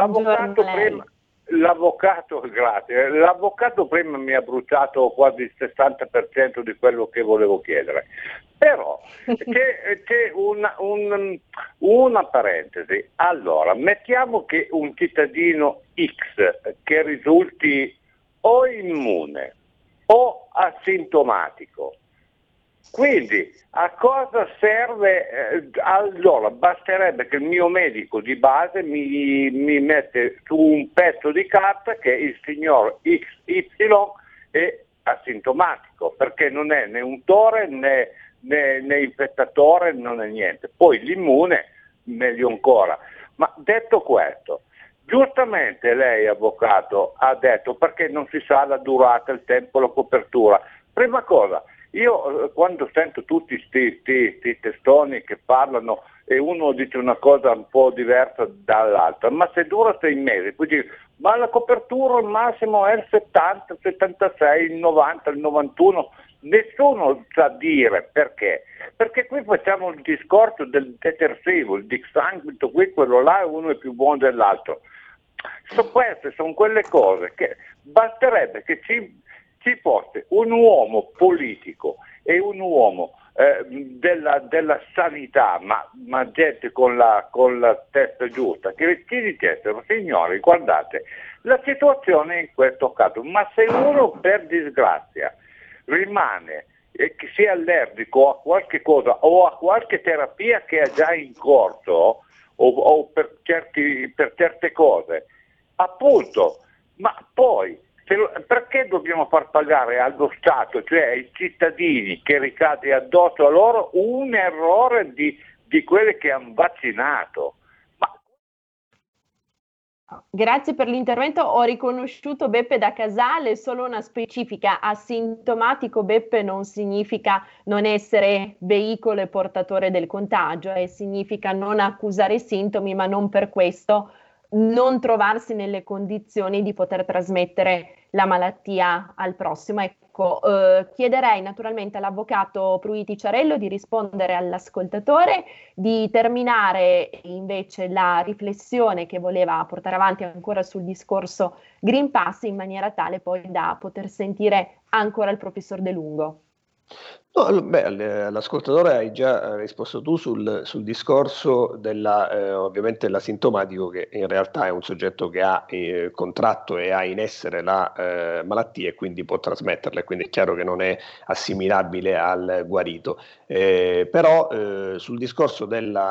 l'avvocato prima mi ha bruciato quasi il 60% di quello che volevo chiedere, però c'è una parentesi. Allora, mettiamo che un cittadino X che risulti o immune o asintomatico Quindi a cosa serve? Allora basterebbe che il mio medico di base mi mette su un pezzo di carta che il signor XY è asintomatico, perché non è né untore né infettatore, non è niente. Poi l'immune meglio ancora. Ma detto questo, giustamente lei, avvocato, ha detto perché non si sa la durata, il tempo, la copertura. Prima cosa, io quando sento tutti sti testoni che parlano e uno dice una cosa un po' diversa dall'altra, ma se dura 6 mesi, poi dice, ma la copertura al massimo è il 70, il 76, il 90, il 91, nessuno sa dire perché. Perché qui facciamo il discorso del detersivo, il dixanguito qui, quello là, uno è più buono dell'altro. Queste sono quelle cose che basterebbe che ci fosse un uomo politico e un uomo della sanità, ma gente con la testa giusta, che ci dicessero, signori, guardate, la situazione è in questo caso, ma se uno per disgrazia rimane che sia allergico a qualche cosa o a qualche terapia che è già in corso o per certe cose, appunto, ma poi perché dobbiamo far pagare allo Stato, cioè ai cittadini, che ricade addosso a loro un errore di quelli che hanno vaccinato? Grazie per l'intervento. Ho riconosciuto Beppe da Casale, solo una specifica: asintomatico, Beppe, non significa non essere veicolo e portatore del contagio, significa non accusare sintomi, ma non per questo non trovarsi nelle condizioni di poter trasmettere la malattia al prossimo. Ecco, chiederei naturalmente all'avvocato Pruiti Ciarello di rispondere all'ascoltatore, di terminare invece la riflessione che voleva portare avanti ancora sul discorso Green Pass, in maniera tale poi da poter sentire ancora il professor De Lungo. No, all'ascoltatore hai già risposto tu sul discorso ovviamente l'asintomatico, che in realtà è un soggetto che ha contratto e ha in essere la malattia e quindi può trasmetterla, quindi è chiaro che non è assimilabile al guarito. Però sul discorso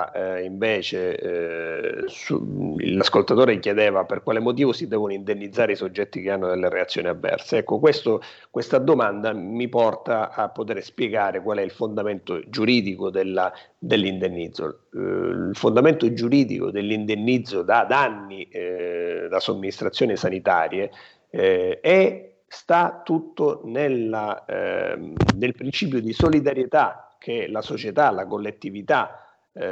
invece l'ascoltatore chiedeva per quale motivo si devono indennizzare i soggetti che hanno delle reazioni avverse. Ecco, questa domanda mi porta a poter spiegare qual è il fondamento giuridico dell'indennizzo. Il fondamento giuridico dell'indennizzo da danni da somministrazioni sanitarie sta tutto nel principio di solidarietà che la società, la collettività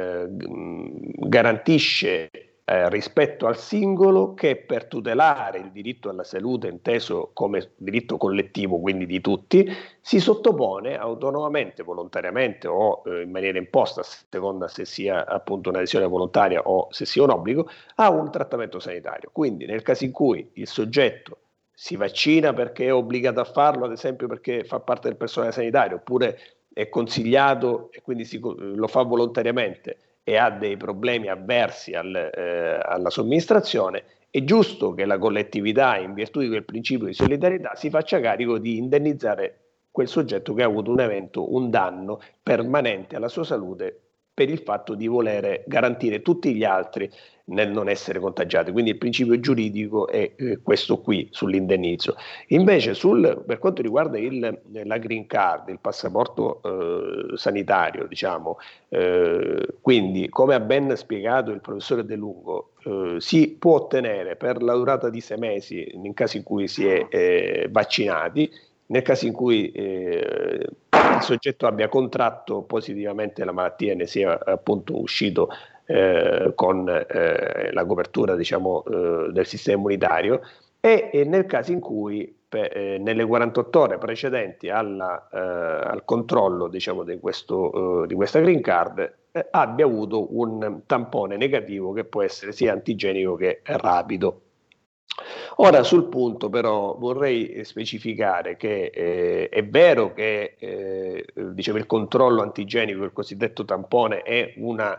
garantisce rispetto al singolo, che per tutelare il diritto alla salute inteso come diritto collettivo, quindi di tutti, si sottopone autonomamente, volontariamente o in maniera imposta, a seconda se sia appunto un'adesione volontaria o se sia un obbligo, a un trattamento sanitario. Quindi nel caso in cui il soggetto si vaccina perché è obbligato a farlo, ad esempio perché fa parte del personale sanitario, oppure è consigliato e quindi lo fa volontariamente e ha dei problemi avversi alla somministrazione, è giusto che la collettività, in virtù di quel principio di solidarietà, si faccia carico di indennizzare quel soggetto che ha avuto un evento, un danno permanente alla sua salute per il fatto di volere garantire tutti gli altri nel non essere contagiati. Quindi il principio giuridico è questo qui sull'indennizzo. Invece per quanto riguarda la green card, il passaporto sanitario, diciamo, quindi come ha ben spiegato il professore De Lungo, si può ottenere per la durata di 6 mesi nel caso in cui si è vaccinati, nel caso in cui il soggetto abbia contratto positivamente la malattia e ne sia appunto uscito con la copertura, diciamo, del sistema immunitario, e nel caso in cui nelle 48 ore precedenti al controllo, diciamo, di questa green card abbia avuto un tampone negativo che può essere sia antigenico che rapido. Ora sul punto però vorrei specificare che è vero che diciamo, il controllo antigenico, il cosiddetto tampone, è una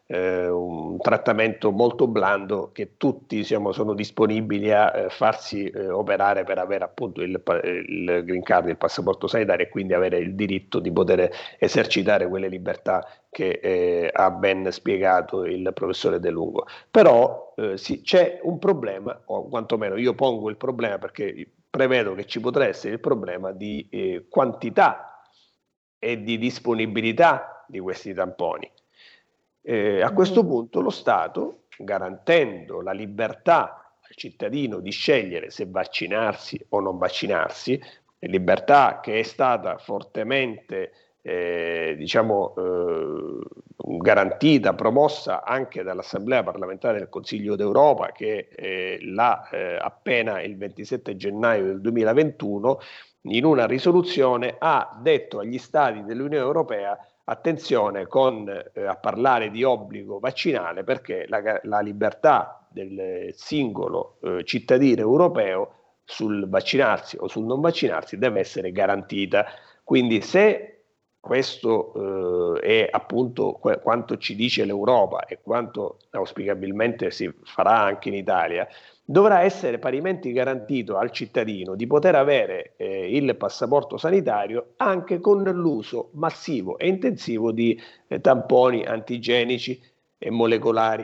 un trattamento molto blando che tutti sono disponibili a farsi operare per avere appunto il green card, il passaporto sanitario, e quindi avere il diritto di poter esercitare quelle libertà che ha ben spiegato il professore De Lungo. Però sì, c'è un problema, o quantomeno io pongo il problema, perché prevedo che ci potrà essere il problema di quantità e di disponibilità di questi tamponi. A questo punto lo Stato, garantendo la libertà al cittadino di scegliere se vaccinarsi o non vaccinarsi, libertà che è stata fortemente garantita, promossa anche dall'Assemblea parlamentare del Consiglio d'Europa, che appena il 27 gennaio del 2021 in una risoluzione ha detto agli Stati dell'Unione Europea: attenzione a parlare di obbligo vaccinale, perché la libertà del singolo cittadino europeo sul vaccinarsi o sul non vaccinarsi deve essere garantita. Quindi se questo è appunto quanto ci dice l'Europa e quanto auspicabilmente si farà anche in Italia, dovrà essere parimenti garantito al cittadino di poter avere il passaporto sanitario anche con l'uso massivo e intensivo di tamponi antigenici e molecolari,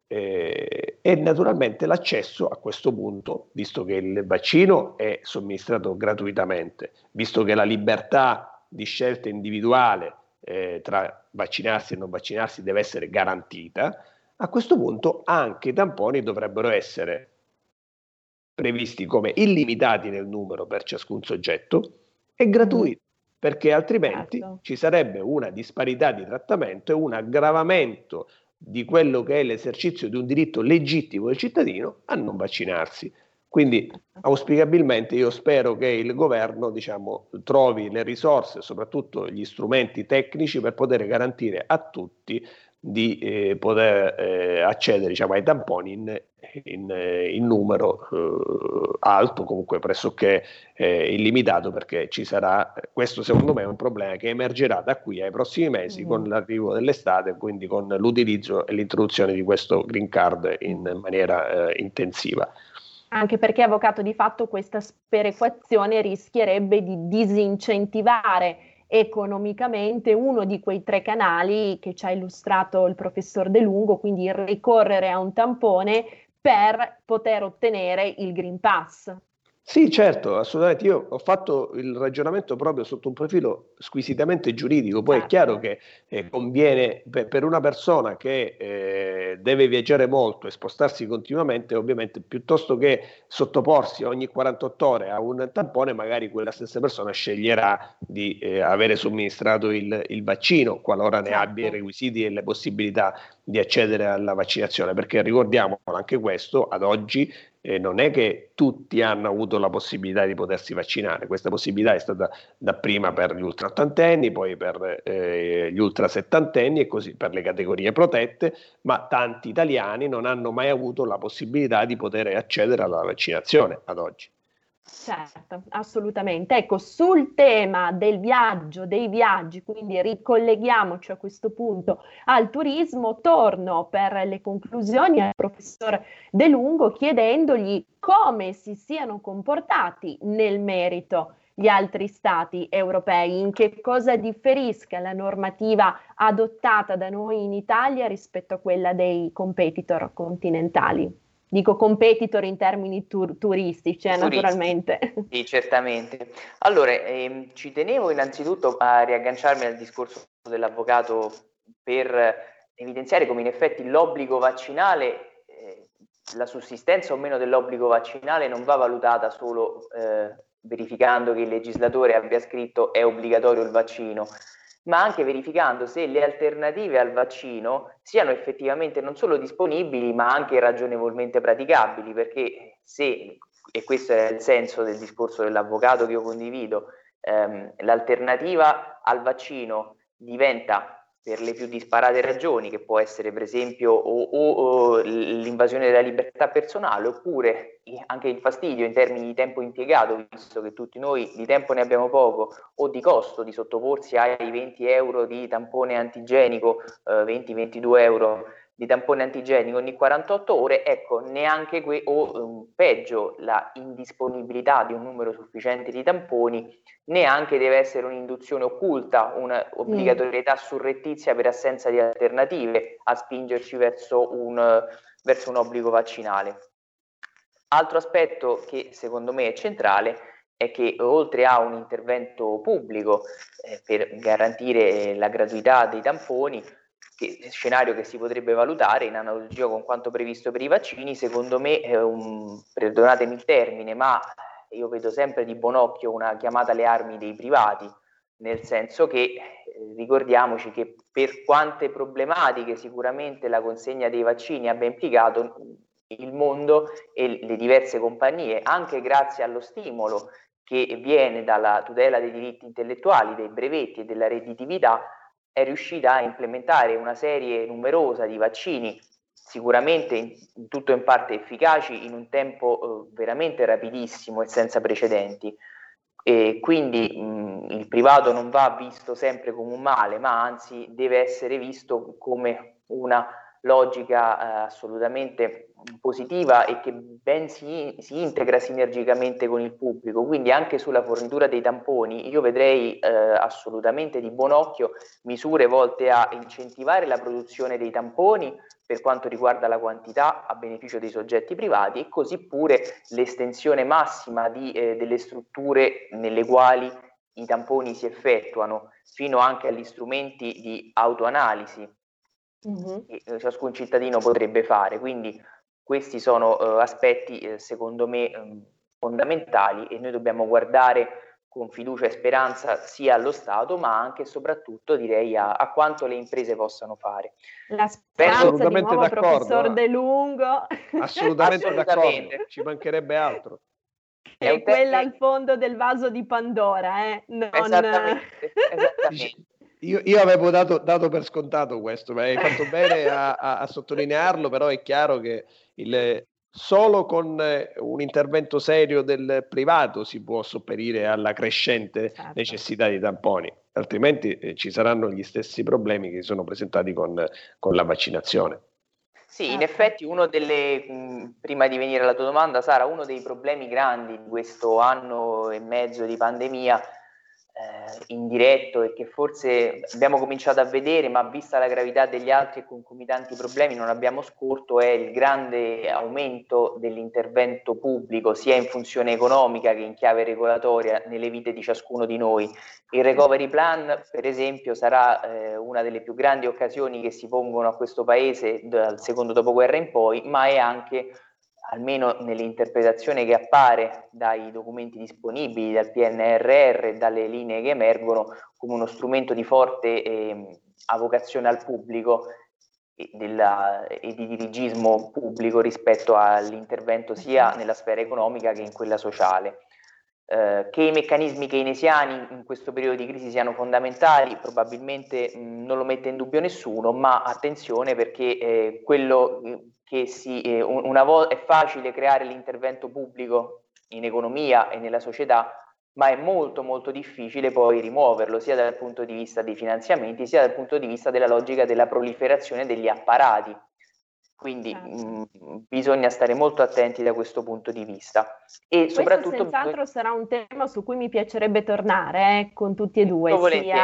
e naturalmente l'accesso a questo punto, visto che il vaccino è somministrato gratuitamente, visto che la libertà di scelta individuale tra vaccinarsi e non vaccinarsi deve essere garantita, a questo punto anche i tamponi dovrebbero essere previsti come illimitati nel numero per ciascun soggetto e gratuiti, perché altrimenti ci sarebbe una disparità di trattamento e un aggravamento di quello che è l'esercizio di un diritto legittimo del cittadino a non vaccinarsi. Quindi auspicabilmente io spero che il governo trovi le risorse, soprattutto gli strumenti tecnici, per poter garantire a tutti di poter accedere ai tamponi in numero alto, comunque pressoché illimitato, perché ci sarà, questo secondo me è un problema che emergerà da qui ai prossimi mesi con l'arrivo dell'estate, quindi con l'utilizzo e l'introduzione di questo green card in maniera intensiva. Anche perché, avvocato, di fatto questa sperequazione rischierebbe di disincentivare economicamente uno di quei tre canali che ci ha illustrato il professor De Lungo, quindi il ricorrere a un tampone per poter ottenere il Green Pass. Sì, certo, assolutamente. Io ho fatto il ragionamento proprio sotto un profilo squisitamente giuridico. Poi è chiaro che conviene per una persona che deve viaggiare molto e spostarsi continuamente, ovviamente, piuttosto che sottoporsi ogni 48 ore a un tampone, magari quella stessa persona sceglierà di avere somministrato il vaccino, qualora ne abbia i requisiti e le possibilità di accedere alla vaccinazione, perché ricordiamo anche questo, ad oggi non è che tutti hanno avuto la possibilità di potersi vaccinare. Questa possibilità è stata dapprima per gli ultra ottantenni, poi per gli ultra settantenni e così per le categorie protette, ma tanti italiani non hanno mai avuto la possibilità di poter accedere alla vaccinazione ad oggi. Certo, assolutamente. Ecco, sul tema del viaggio, dei viaggi, quindi ricolleghiamoci a questo punto al turismo, torno per le conclusioni al professor De Lungo chiedendogli come si siano comportati nel merito gli altri stati europei, in che cosa differisca la normativa adottata da noi in Italia rispetto a quella dei competitor continentali. Dico competitor in termini turistici, naturalmente. Sì, certamente. Allora, ci tenevo innanzitutto a riagganciarmi al discorso dell'avvocato per evidenziare come in effetti l'obbligo vaccinale, la sussistenza o meno dell'obbligo vaccinale non va valutata solo verificando che il legislatore abbia scritto è obbligatorio il vaccino, ma anche verificando se le alternative al vaccino siano effettivamente non solo disponibili, ma anche ragionevolmente praticabili, perché se, e questo è il senso del discorso dell'avvocato che io condivido, l'alternativa al vaccino diventa per le più disparate ragioni, che può essere per esempio o l'invasione della libertà personale, oppure anche il fastidio in termini di tempo impiegato, visto che tutti noi di tempo ne abbiamo poco, o di costo di sottoporsi ai 20 euro di tampone antigenico, 20-22 euro di tampone antigenico ogni 48 ore, ecco, neanche peggio, la indisponibilità di un numero sufficiente di tamponi, neanche deve essere un'induzione occulta, un'obbligatorietà surrettizia per assenza di alternative a spingerci verso un obbligo vaccinale. Altro aspetto che secondo me è centrale è che oltre a un intervento pubblico per garantire la gratuità dei tamponi, scenario che si potrebbe valutare in analogia con quanto previsto per i vaccini, secondo me perdonatemi il termine, ma io vedo sempre di buon occhio una chiamata alle armi dei privati, nel senso che ricordiamoci che per quante problematiche sicuramente la consegna dei vaccini abbia implicato, il mondo e le diverse compagnie, anche grazie allo stimolo che viene dalla tutela dei diritti intellettuali, dei brevetti e della redditività, è riuscita a implementare una serie numerosa di vaccini, sicuramente in tutto in parte efficaci, in un tempo veramente rapidissimo e senza precedenti. E quindi il privato non va visto sempre come un male, ma anzi deve essere visto come una logica assolutamente positiva e che ben si integra sinergicamente con il pubblico. Quindi anche sulla fornitura dei tamponi io vedrei assolutamente di buon occhio misure volte a incentivare la produzione dei tamponi per quanto riguarda la quantità a beneficio dei soggetti privati, e così pure l'estensione massima delle strutture nelle quali i tamponi si effettuano, fino anche agli strumenti di autoanalisi che ciascun cittadino potrebbe fare. Quindi questi sono aspetti secondo me fondamentali, e noi dobbiamo guardare con fiducia e speranza sia allo Stato, ma anche e soprattutto direi a quanto le imprese possano fare. La speranza di nuovo, professor De Lungo. Assolutamente d'accordo, ci mancherebbe altro. È quella al fondo del vaso di Pandora, non... Esattamente. Io avevo dato per scontato questo, ma hai fatto bene a sottolinearlo, però è chiaro che solo con un intervento serio del privato si può sopperire alla crescente necessità di tamponi, altrimenti ci saranno gli stessi problemi che si sono presentati con la vaccinazione. Sì, in effetti prima di venire alla tua domanda, Sara, uno dei problemi grandi di questo anno e mezzo di pandemia indiretto, e che forse abbiamo cominciato a vedere, ma vista la gravità degli altri e concomitanti problemi non abbiamo scorto, è il grande aumento dell'intervento pubblico, sia in funzione economica che in chiave regolatoria, nelle vite di ciascuno di noi. Il Recovery Plan, per esempio, sarà una delle più grandi occasioni che si pongono a questo Paese dal secondo dopoguerra in poi, ma è anche, almeno nell'interpretazione che appare dai documenti disponibili, dal PNRR e dalle linee che emergono, come uno strumento di forte avocazione al pubblico e di dirigismo pubblico rispetto all'intervento sia nella sfera economica che in quella sociale. Che i meccanismi keynesiani in questo periodo di crisi siano fondamentali, probabilmente non lo mette in dubbio nessuno, ma attenzione, perché quello che è facile creare l'intervento pubblico in economia e nella società, ma è molto molto difficile poi rimuoverlo, sia dal punto di vista dei finanziamenti, sia dal punto di vista della logica della proliferazione degli apparati. Quindi bisogna stare molto attenti da questo punto di vista. E soprattutto senz'altro sarà un tema su cui mi piacerebbe tornare con tutti e due.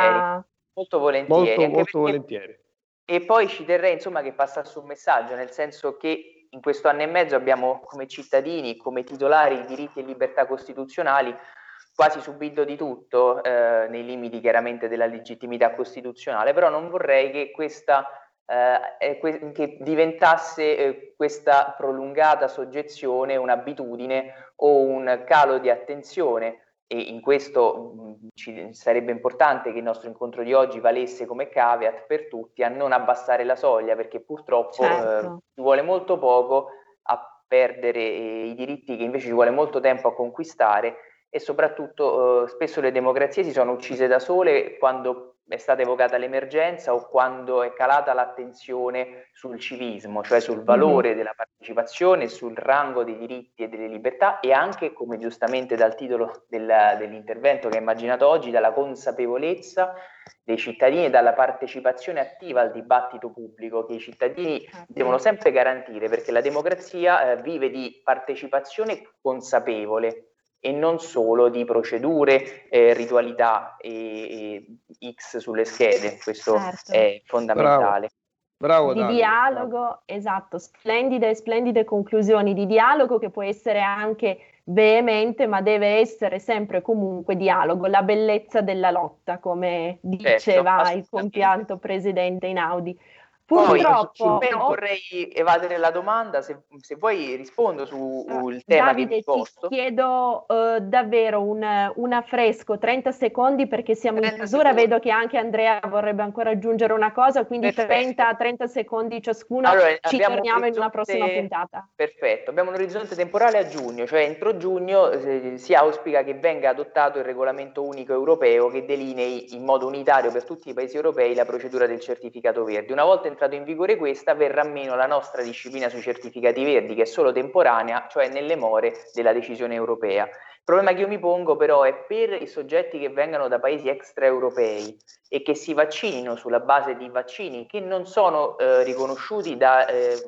Molto volentieri. Molto volentieri. E poi ci terrei insomma che passasse un messaggio, nel senso che in questo anno e mezzo abbiamo, come cittadini, come titolari di diritti e libertà costituzionali, quasi subito di tutto, nei limiti chiaramente della legittimità costituzionale, però non vorrei che che diventasse questa prolungata soggezione un'abitudine o un calo di attenzione, e in questo sarebbe importante che il nostro incontro di oggi valesse come caveat per tutti a non abbassare la soglia, perché purtroppo ci vuole molto poco a perdere i diritti che invece ci vuole molto tempo a conquistare, e soprattutto spesso le democrazie si sono uccise da sole quando è stata evocata l'emergenza o quando è calata l'attenzione sul civismo, cioè sul valore della partecipazione, sul rango dei diritti e delle libertà e anche, come giustamente dal titolo dell'intervento che è immaginato oggi, dalla consapevolezza dei cittadini e dalla partecipazione attiva al dibattito pubblico che i cittadini devono sempre garantire, perché la democrazia vive di partecipazione consapevole e non solo di procedure, ritualità e X sulle schede. Questo è fondamentale. Bravo, di dialogo, esatto, splendide conclusioni di dialogo che può essere anche veemente, ma deve essere sempre comunque dialogo, la bellezza della lotta, come diceva il compianto presidente Einaudi. Purtroppo vorrei evadere la domanda, se vuoi rispondo sul tema Davide, che mi posto. Ti chiedo davvero un affresco, 30 secondi perché siamo in chiusura, vedo che anche Andrea vorrebbe ancora aggiungere una cosa, quindi 30 secondi ciascuno, allora, ci torniamo in una prossima puntata. Perfetto, abbiamo un orizzonte temporale a giugno, cioè entro giugno si auspica che venga adottato il regolamento unico europeo che delinei in modo unitario per tutti i paesi europei la procedura del certificato verde. Una volta entrato in vigore questa, verrà meno la nostra disciplina sui certificati verdi, che è solo temporanea, cioè nelle more della decisione europea. Il problema che io mi pongo però è per i soggetti che vengano da paesi extraeuropei e che si vaccinino sulla base di vaccini che non sono riconosciuti da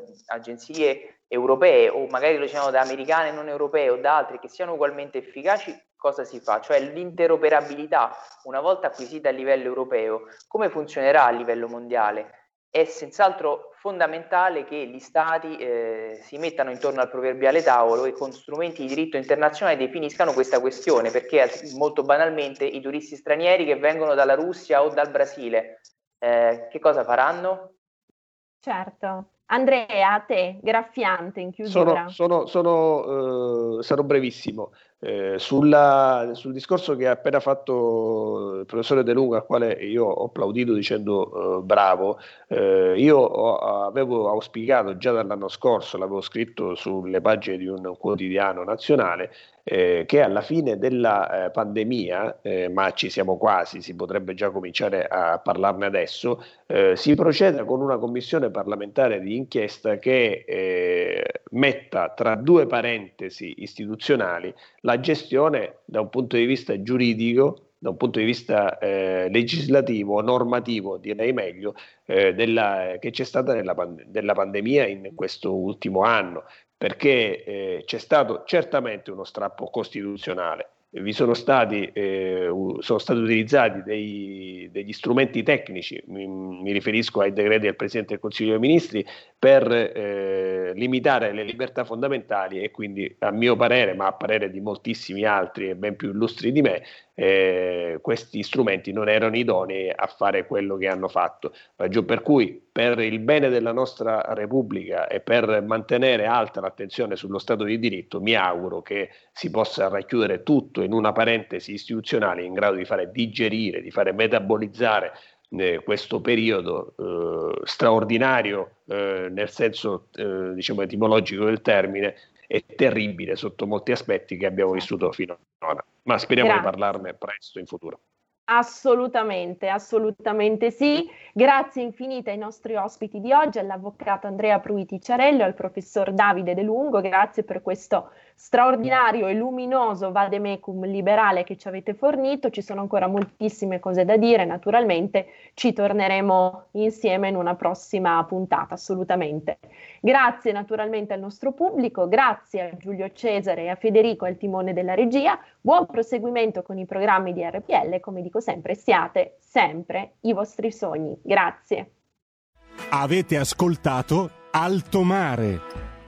agenzie europee o magari lo siano da americane non europee o da altri che siano ugualmente efficaci. Cosa si fa? Cioè l'interoperabilità, una volta acquisita a livello europeo, come funzionerà a livello mondiale? È senz'altro fondamentale che gli Stati si mettano intorno al proverbiale tavolo e con strumenti di diritto internazionale definiscano questa questione, perché molto banalmente i turisti stranieri che vengono dalla Russia o dal Brasile, che cosa faranno? Certo. Andrea, a te, graffiante in chiusura. Sarò brevissimo. Sul discorso che ha appena fatto il professore De Lungo, al quale io ho applaudito dicendo bravo, io avevo auspicato già dall'anno scorso, l'avevo scritto sulle pagine di un quotidiano nazionale, che alla fine della pandemia, ma ci siamo quasi, si potrebbe già cominciare a parlarne adesso, si proceda con una commissione parlamentare di inchiesta che metta tra due parentesi istituzionali la gestione da un punto di vista giuridico, da un punto di vista legislativo, normativo, direi meglio, che c'è stata della pandemia in questo ultimo anno, perché c'è stato certamente uno strappo costituzionale. Sono stati utilizzati degli strumenti tecnici, mi riferisco ai decreti del Presidente del Consiglio dei Ministri, per limitare le libertà fondamentali e quindi, a mio parere, ma a parere di moltissimi altri e ben più illustri di me, questi strumenti non erano idonei a fare quello che hanno fatto. Ragion per cui, per il bene della nostra Repubblica e per mantenere alta l'attenzione sullo Stato di diritto, mi auguro che si possa racchiudere tutto in una parentesi istituzionale in grado di fare digerire, di fare metabolizzare questo periodo straordinario nel senso diciamo etimologico del termine, e terribile sotto molti aspetti che abbiamo vissuto fino ad ora, ma speriamo di parlarne presto in futuro. Assolutamente sì. Grazie infinite ai nostri ospiti di oggi, all'avvocato Andrea Pruiti Ciarello, al professor Davide De Lungo, grazie per questo straordinario e luminoso vademecum liberale che ci avete fornito. Ci sono ancora moltissime cose da dire, naturalmente ci torneremo insieme in una prossima puntata, assolutamente. Grazie naturalmente al nostro pubblico, grazie a Giulio Cesare e a Federico al timone della regia, buon proseguimento con i programmi di RPL, come dico sempre, siate sempre i vostri sogni. Grazie. Avete ascoltato Alto Mare.